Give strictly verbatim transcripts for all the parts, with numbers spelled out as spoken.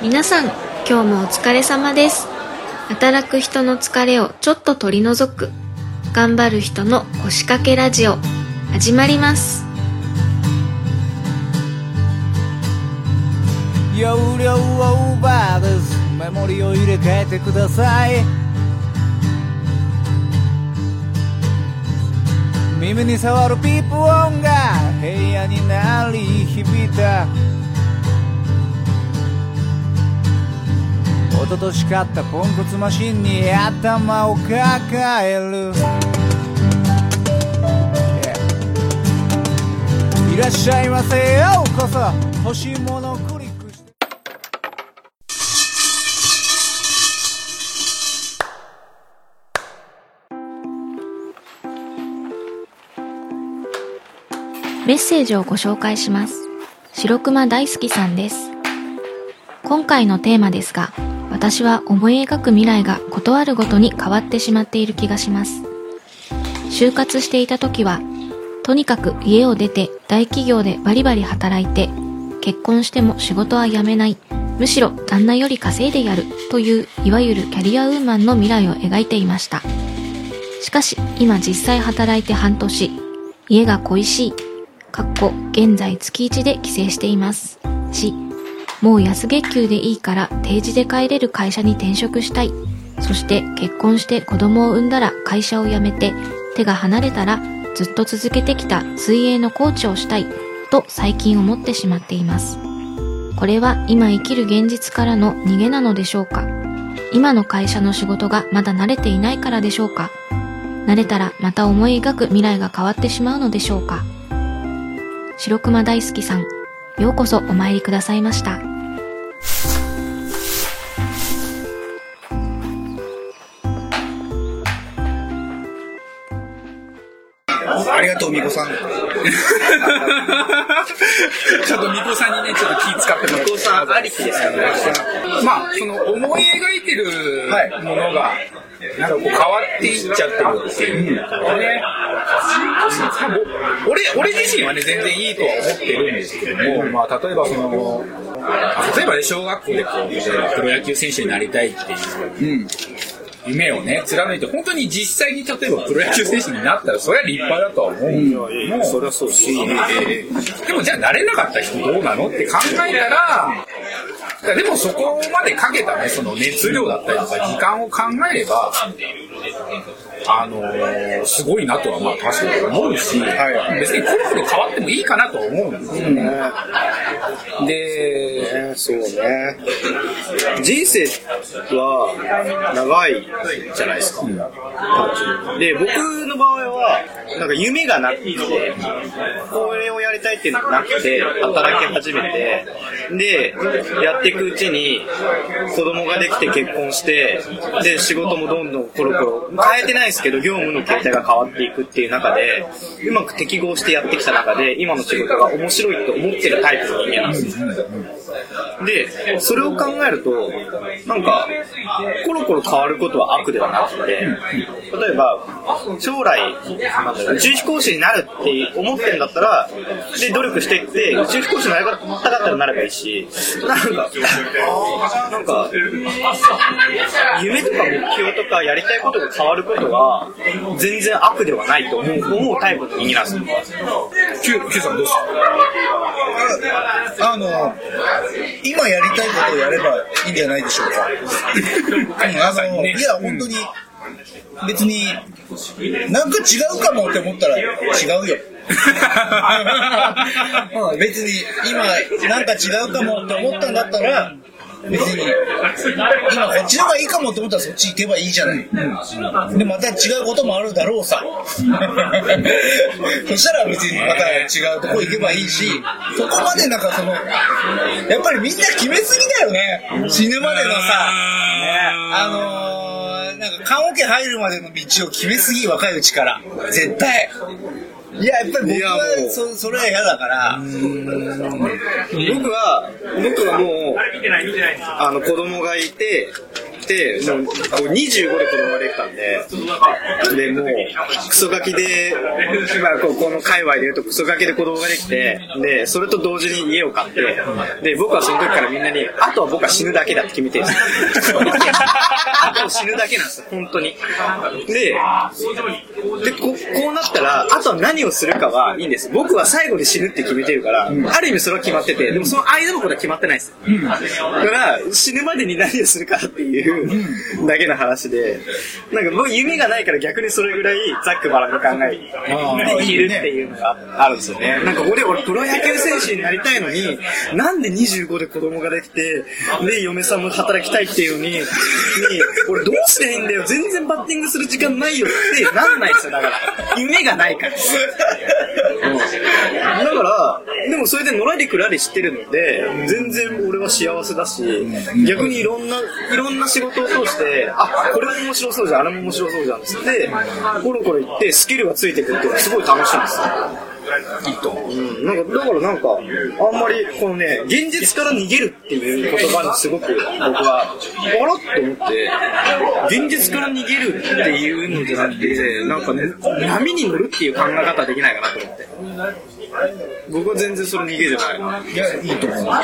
皆さん、今日もお疲れ様です。働く人の疲れをちょっと取り除く頑張る人の腰掛けラジオ始まります。 容量オーバーです。メモリを入れ替えてください。耳に触るピープ音が部屋に鳴り響いた。一昨年買ったポンコツマシンに頭を抱える、yeah. いらっしゃいませ、ようこそ。欲しいものをクリックして。 メッセージをご紹介します。白熊大好きさんです。今回のテーマですが、私は思い描く未来がことあるごとに変わってしまっている気がします。就活していた時は、とにかく家を出て大企業でバリバリ働いて、結婚しても仕事は辞めない、むしろ旦那より稼いでやるといういわゆるキャリアウーマンの未来を描いていました。しかし今実際働いて半年、家が恋しい、かっこ現在月いちで帰省していますし、もう安月給でいいから定時で帰れる会社に転職したい。そして結婚して子供を産んだら会社を辞めて、手が離れたらずっと続けてきた水泳のコーチをしたいと最近思ってしまっています。これは今生きる現実からの逃げなのでしょうか。今の会社の仕事がまだ慣れていないからでしょうか。慣れたらまた思い描く未来が変わってしまうのでしょうか。白熊大好きさん、ようこそお参りくださいました。 ありがとう、みこさん。ちょっとみこさんにね、ちょっと気使ってもらって。みこさんありきですよね。まあ、その思い描いてるものが、なんかこう変わっていっちゃってるっていうかね。俺、俺自身はね、全然いいとは思ってるんですけども、まあ、例えばその、例えばね、小学校でこう、プロ野球選手になりたいっていう、うん夢をね、貫いて、本当に実際に例えばプロ野球選手になったら、それは立派だとは思う。うん、もうそれはそうし、えー、でもじゃあなれなかった人どうなのって考えたら、でもそこまでかけたね、その熱量だったりとか時間を考えれば、あのー、すごいなとはまあ確かに思うし、はい、別にコロコロ変わってもいいかなとは思うんですよね。うん、で、 ね、そうね。人生は長いじゃないですか。うん、で、僕の場合はなんか夢がなくて、これをやりたいっていうのがなくて働き始めて、でやっていくうちに子供ができて結婚して、で仕事もどんどんコロコロ変えてないですけど業務の形態が変わっていくっていう中で、うまく適合してやってきた中で今の仕事が面白いと思ってるタイプの人間なんですよ。でそれを考えるとなんかコロコロ変わることは悪ではなくて、例えば将来宇宙飛行士になるって思ってんだったら、で努力していって宇宙飛行士になりたかったらなればいいし、なんかなんか夢とか目標とかやりたいことが変わることは全然悪ではないと思う、思うタイプの人間なんですよ。 キューさんどうした？あ、あの今やりたいことをやればいいんじゃないでしょうか。あのいや本当に別になんか違うかもって思ったら違うよ。うん、別に今なんか違うかもって思ったんだったら別に今こっちの方がいいかもって思ったらそっち行けばいいじゃない、うん、でまた違うこともあるだろうさ。そしたら別にまた違うとこ行けばいいし、そこまでなんかそのやっぱりみんな決めすぎだよね、死ぬまでのさ、ね、あのー、なんか棺桶入るまでの道を決めすぎ、若いうちから絶対。いややっぱり僕は そ, それは嫌だから。うーん僕は僕はもうあの子供がいてて、もうにじゅうごで子供ができたんで、で、もう、クソガキで、まあ、この界隈で言うとクソガキで子供ができて、で、それと同時に家を買って、で、僕はその時からみんなに、あとは僕は死ぬだけだって決めてるんですよ。あとは死ぬだけなんですよ、本当に。で、でこ、こうなったら、あとは何をするかはいいんです。僕は最後に死ぬって決めてるから、うん、ある意味それは決まってて、でもその間のことは決まってないです。うん、だから死ぬまでに何をするかっていうだけの話で、なんか僕夢がないから逆にそれぐらいざっくばらんの考えでいるっていうのがあるんですよね。なんか俺俺プロ野球選手になりたいのに、なんでにじゅうごで子供ができて、で嫁さんも働きたいっていうのに、に俺どうしていいんだよ、全然バッティングする時間ないよってなんないですよ。だから夢がないから。うん、だからでもそれでのらりくらりしてるので全然俺は幸せだし、逆にいろんないろんな仕事を通して、あ、これも面白そうじゃん、あれも面白そうじゃんってコロコロ言ってスキルがついてくるっていうのはすごい楽しいんですよ。いいと思う。うん、なんかだからなんかあんまりこのね、現実から逃げるっていう言葉にすごく僕はあらって思って、現実から逃げるっていうのじゃなくて、なんかね、波に乗るっていう考え方はできないかなと思って。僕は全然それ逃げじゃない。いや、いいと思う。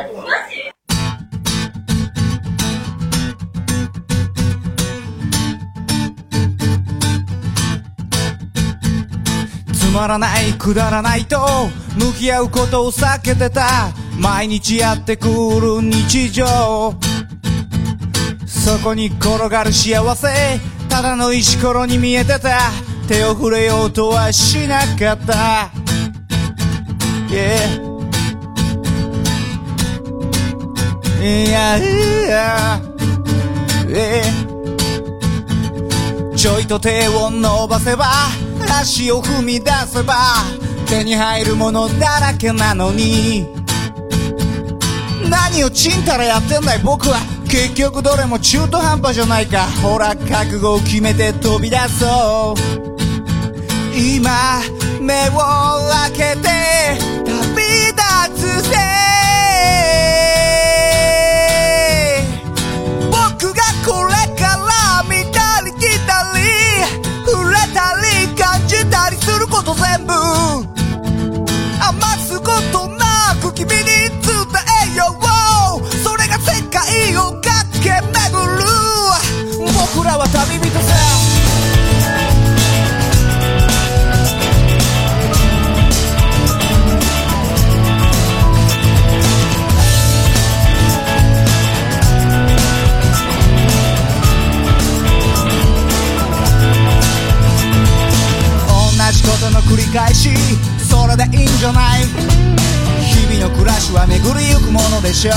つまらないくだらないと向き合うことを避けてた毎日やってくる日常、そこに転がる幸せただの石ころに見えてた、手を触れようとはしなかった、yeah. いやいや、yeah. ちょいと手を伸ばせば足を踏み出せば手に入るものだらけなのに、何をちんたらやってんだい僕は、結局どれも中途半端じゃないか。ほら覚悟を決めて飛び出そう、今目を開けて旅立つぜ、僕がこれから見たり聞いたり触れたり感じたりすること全部余すことなく君に伝えよう、それが世界を駆け巡る、僕らは旅人さ。同じことの繰り返し、それでいいんじゃない、日々の暮らしは巡りゆくものでしょう、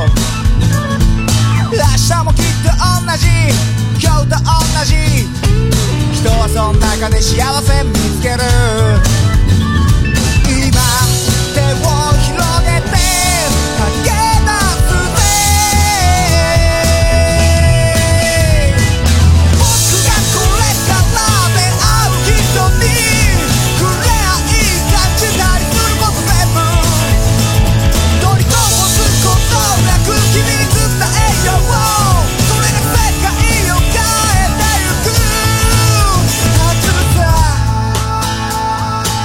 明日もきっと同じ、今日と同じ、人はその中で幸せ見つける、今手を広げて駆け出すぜ、僕がこれから出会う人に触れ合い感じたりすること全部取りこぼすことなく君に伝えよう、それが世界を変えてゆくはずさ。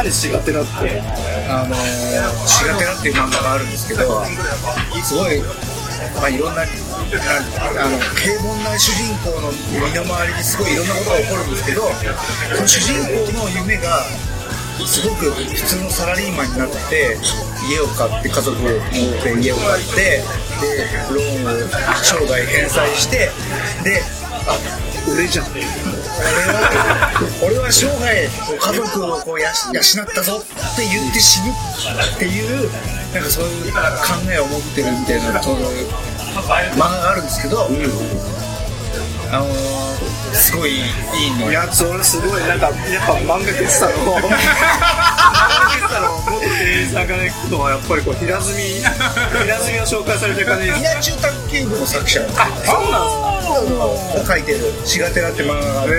何しがてらってあのー、しがてらっていう漫画があるんですけど、すごい、まあ、いろんな、あの平凡な主人公の身の回りにすごいいろんなことが起こるんですけど、その主人公の夢がすごく普通のサラリーマンになって家を買って家族を持って家を買ってでローンを生涯返済してであ俺じゃん俺は俺は生涯家族をこう養ったぞって言って死ぬっていうなんかそういう考えを持ってるみたいなそういう漫画があるんですけど、うん、あのー、すごいいいの。 いやそれすごいなんかやっぱ漫画消ってたの漫画消ってたの元店員さんがねことはやっぱりこう平積み平積みを紹介されてる感じ。 稲中卓球部の作者。あ、 そうなんですか。 書いてるしがてらって漫画があって、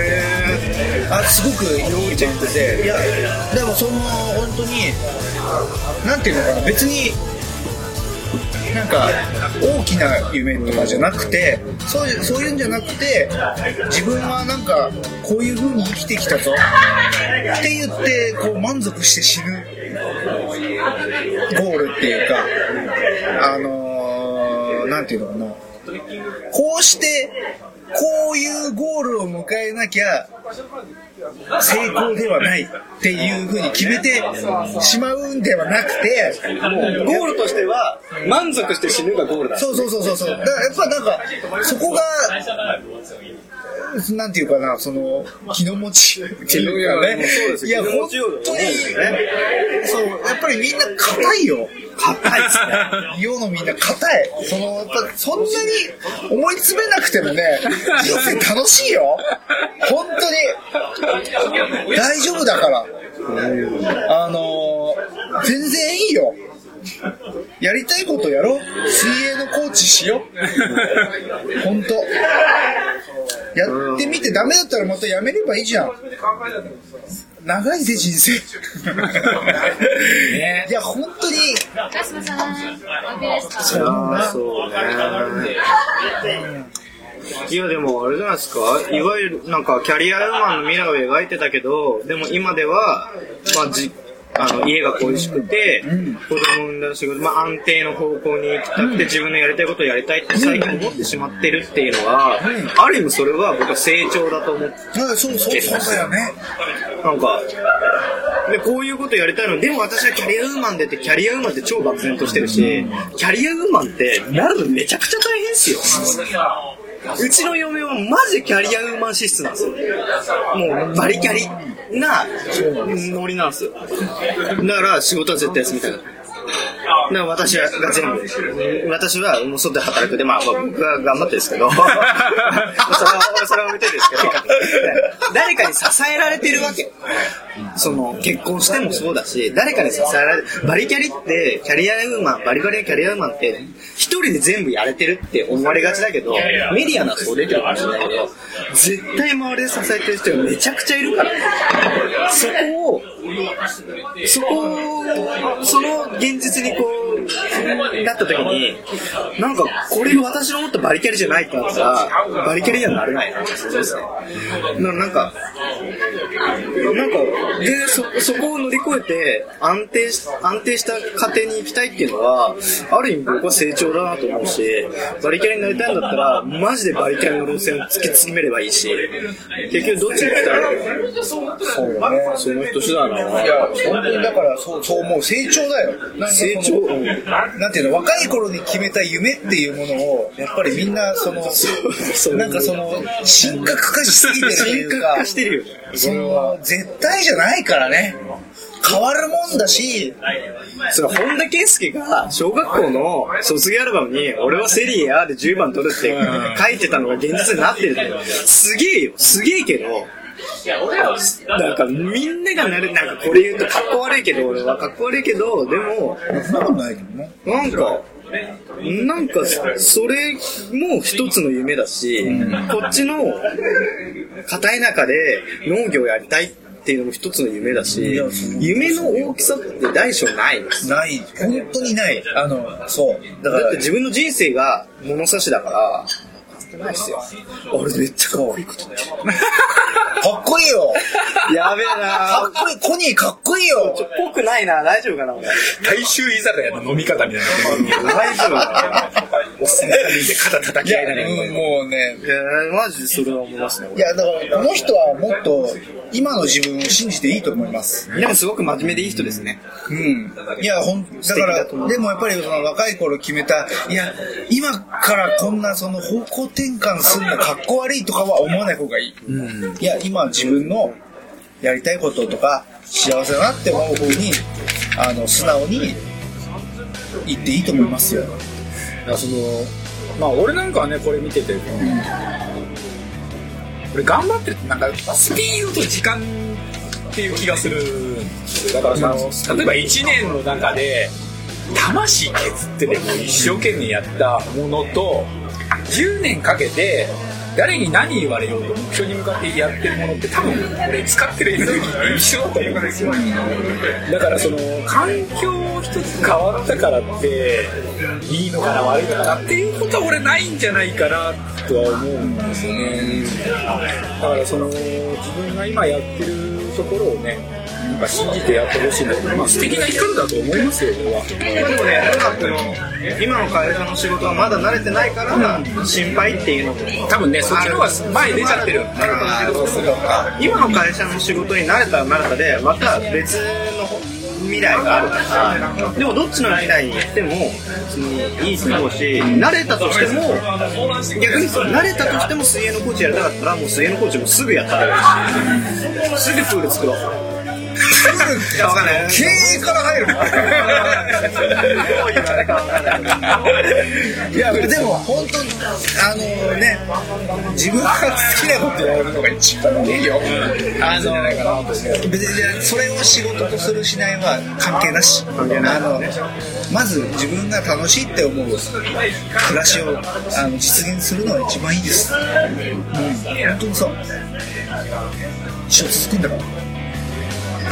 あすごくいいチェックで、いやでもその本当になんていうのかな別に。なんか大きな夢とかじゃなくてそういう、そういうんじゃなくて自分はなんかこういう風に生きてきたぞって言ってこう満足して死ぬゴールっていうかあのー、なんていうのかなこうしてこういうゴールを迎えなきゃ成功ではないっていう風に決めてしまうんではなくてもうゴールとしては満足して死ぬがゴールだ。 そうそうそうそうそうだからやっぱなんかそこがなんていうかなその気の持ちっていうかねいや本当にそうやっぱりみんな硬いよ硬いですね世のみんな硬いそのやっぱそんなに思い詰めなくてもね人生楽しいよ本当に大丈夫だからあのー、全然いいよやりたいことやろう水泳のコーチしよう本当やってみてダメだったらまたやめればいいじゃん長いぜ人生ねいや本当にそうなそうねいやでもあれじゃないですかいわゆるなんかキャリアウーマンの未来を描いてたけどでも今ではまあじあの家が恋しくて、うん、子供を産んだ仕事、まあ、安定の方向に行きたくて、うん、自分のやりたいことをやりたいって最近思ってしまってるっていうのは、うん、ある意味それは僕は成長だと思ってます。 そうそうそうだよね。 なんかでこういうことやりたいのでも私はキャリアウーマンでってキャリアウーマンって超漠然としてるし、うん、キャリアウーマンってなるのめちゃくちゃ大変ですよ。うちの嫁はマジでキャリアウーマン資質なんですよ。もうバリキャリなノリなんですよ。だから仕事は絶対休みたいな。だから私が全部私はもう外で働くで、まあ、僕は頑張ってるんですけどそれはそれは見てるんですけど誰かに支えられてるわけ。その結婚してもそうだし誰かに支えられる。バリキャリってキャリアウーマンバリバリキャリアウーマンって一人で全部やれてるって思われがちだけどメディアなそう出てるかもしれないけど絶対周りで支えてる人がめちゃくちゃいるからそこをそこをその現実にこうなった時になんかこれ私の思ったバリキャリじゃないってなったらバリキャリにはなれないなそうですね。なんかなんかで そ, そこを乗り越えて安定し安定した家庭に行きたいっていうのはある意味僕は成長だなと思うしバリキャリになりたいんだったらマジでバリキャリの路線を突き詰めればいいし結局どっちに行きたいそうねその人次第なの。 いや本当にだからそうそう思う成長だよ。なんか成長、うん、 なんていうの若い頃に決めた夢っていうものをやっぱりみんなそのなんかその神格化しすぎてるというか神格化してるよその絶対じゃないからね変わるもんだしそれ本田圭佑が小学校の卒業アルバムに俺はセリエ A でじゅうばん取るって書いてたのが現実になってるってすげえよすげえけどなんかみんながなるなんかこれ言うとかっこ悪いけど俺はかっこ悪いけどでもなんかなんかそれも一つの夢だし、うん、こっちの片田舎で農業やりたいっていうのも一つの夢だし夢の大きさって大小ないですない本当にないあのそうだからだって自分の人生が物差しだからくないっすよ。 俺めっちゃかっこいいこと言ってる。 かっこいいよ。 やべえなかっこいい。コニーかっこいいよ。 ちょっぽくないな。大丈夫かな俺。 大衆居酒屋の飲み方みたいな。 大丈夫かな。 おっさんさんにんで肩叩き合いながら。 うん、もうね。 いやマジでそれは思いますね。 いや、だからこの人はもっと今の自分を信じていいと思います。 でもすごく真面目でいい人ですね。 うん。いや、ほん、だから、でもやっぱりその若い頃決めた、いや、今からこんなその方向転換するのかっこ悪いとかは思わない方がいい。うん、いや、今自分のやりたいこととか、幸せだなって思う方に、あの、素直に言っていいと思いますよ。 いや、その、まあ俺なんかはね、これ見てて、うん、これ頑張ってるって、なんかスピードと時間っていう気がするんですよ。だからさ、例えばいちねんの中で魂削ってでも一生懸命やったものと、じゅうねんかけて誰に何言われようと目標に向かってやってるものって多分俺使ってるエネルギーって一緒だと思うんですよ。だからその環境一つ変わったからっていいのかな悪いのかなっていうことは俺ないんじゃないかなとは思うんですよね。だからその自分が今やってるところをね、なんか信じてやってほしいんだけど、まあ素敵な光だと思いますよ、俺は。 でもね、とにかく今の会社の仕事はまだ慣れてないから心配っていうのも多分ね、そっちの方が前出ちゃってる。 今の会社の仕事に慣れたら慣れたで、また別の未来があるから、でもどっちの未来に行ってもそのいいと思うし、慣れたとしても逆に慣れたとしても水泳のコーチやりたかったらもう水泳のコーチもすぐやったらいいし、すぐプール作ろう。 いや、わかんない。経営から入るのいや、でも本当にあのね、自分が好きなことやるのが一番いいよ。あの別にそれを仕事とするしないは関係なし。あのまず自分が楽しいって思う暮らしをあの実現するのが一番いいです。うん、本当にそう。一生続くんだから。ね、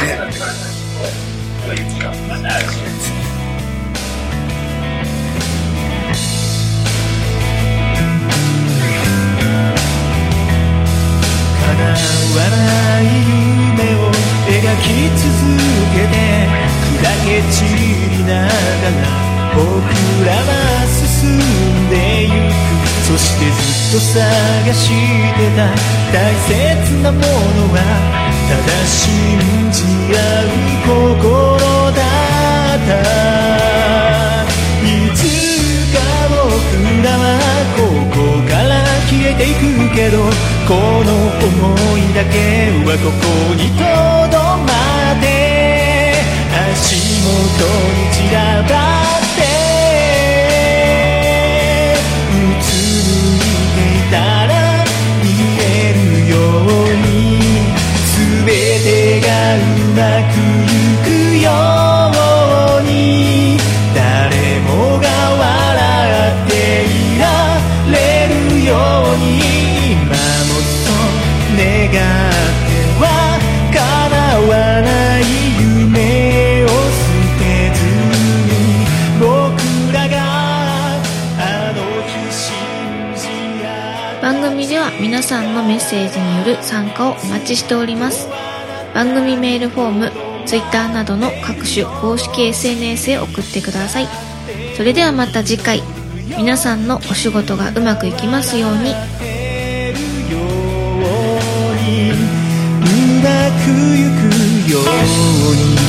叶わない夢を描き続けて砕け散りながら僕らは進んでゆく。そしてずっと探してた大切なものはただ信じ合う心だった。いつか僕らはここから消えていくけど、この想いだけはここにとどまって足元に散らばってうつむいていたら見えるように全てがうまくいくように、誰もが笑っていられるように、今もそう願っては叶わない夢を捨てずに、僕らがあの日信じ合った。 番組では皆さんのメッセージによる参加をお待ちしております。番組メールフォーム、ツイッターなどの各種公式 エスエヌエス へ送ってください。それではまた次回、皆さんのお仕事がうまくいきますように。 うまくゆくように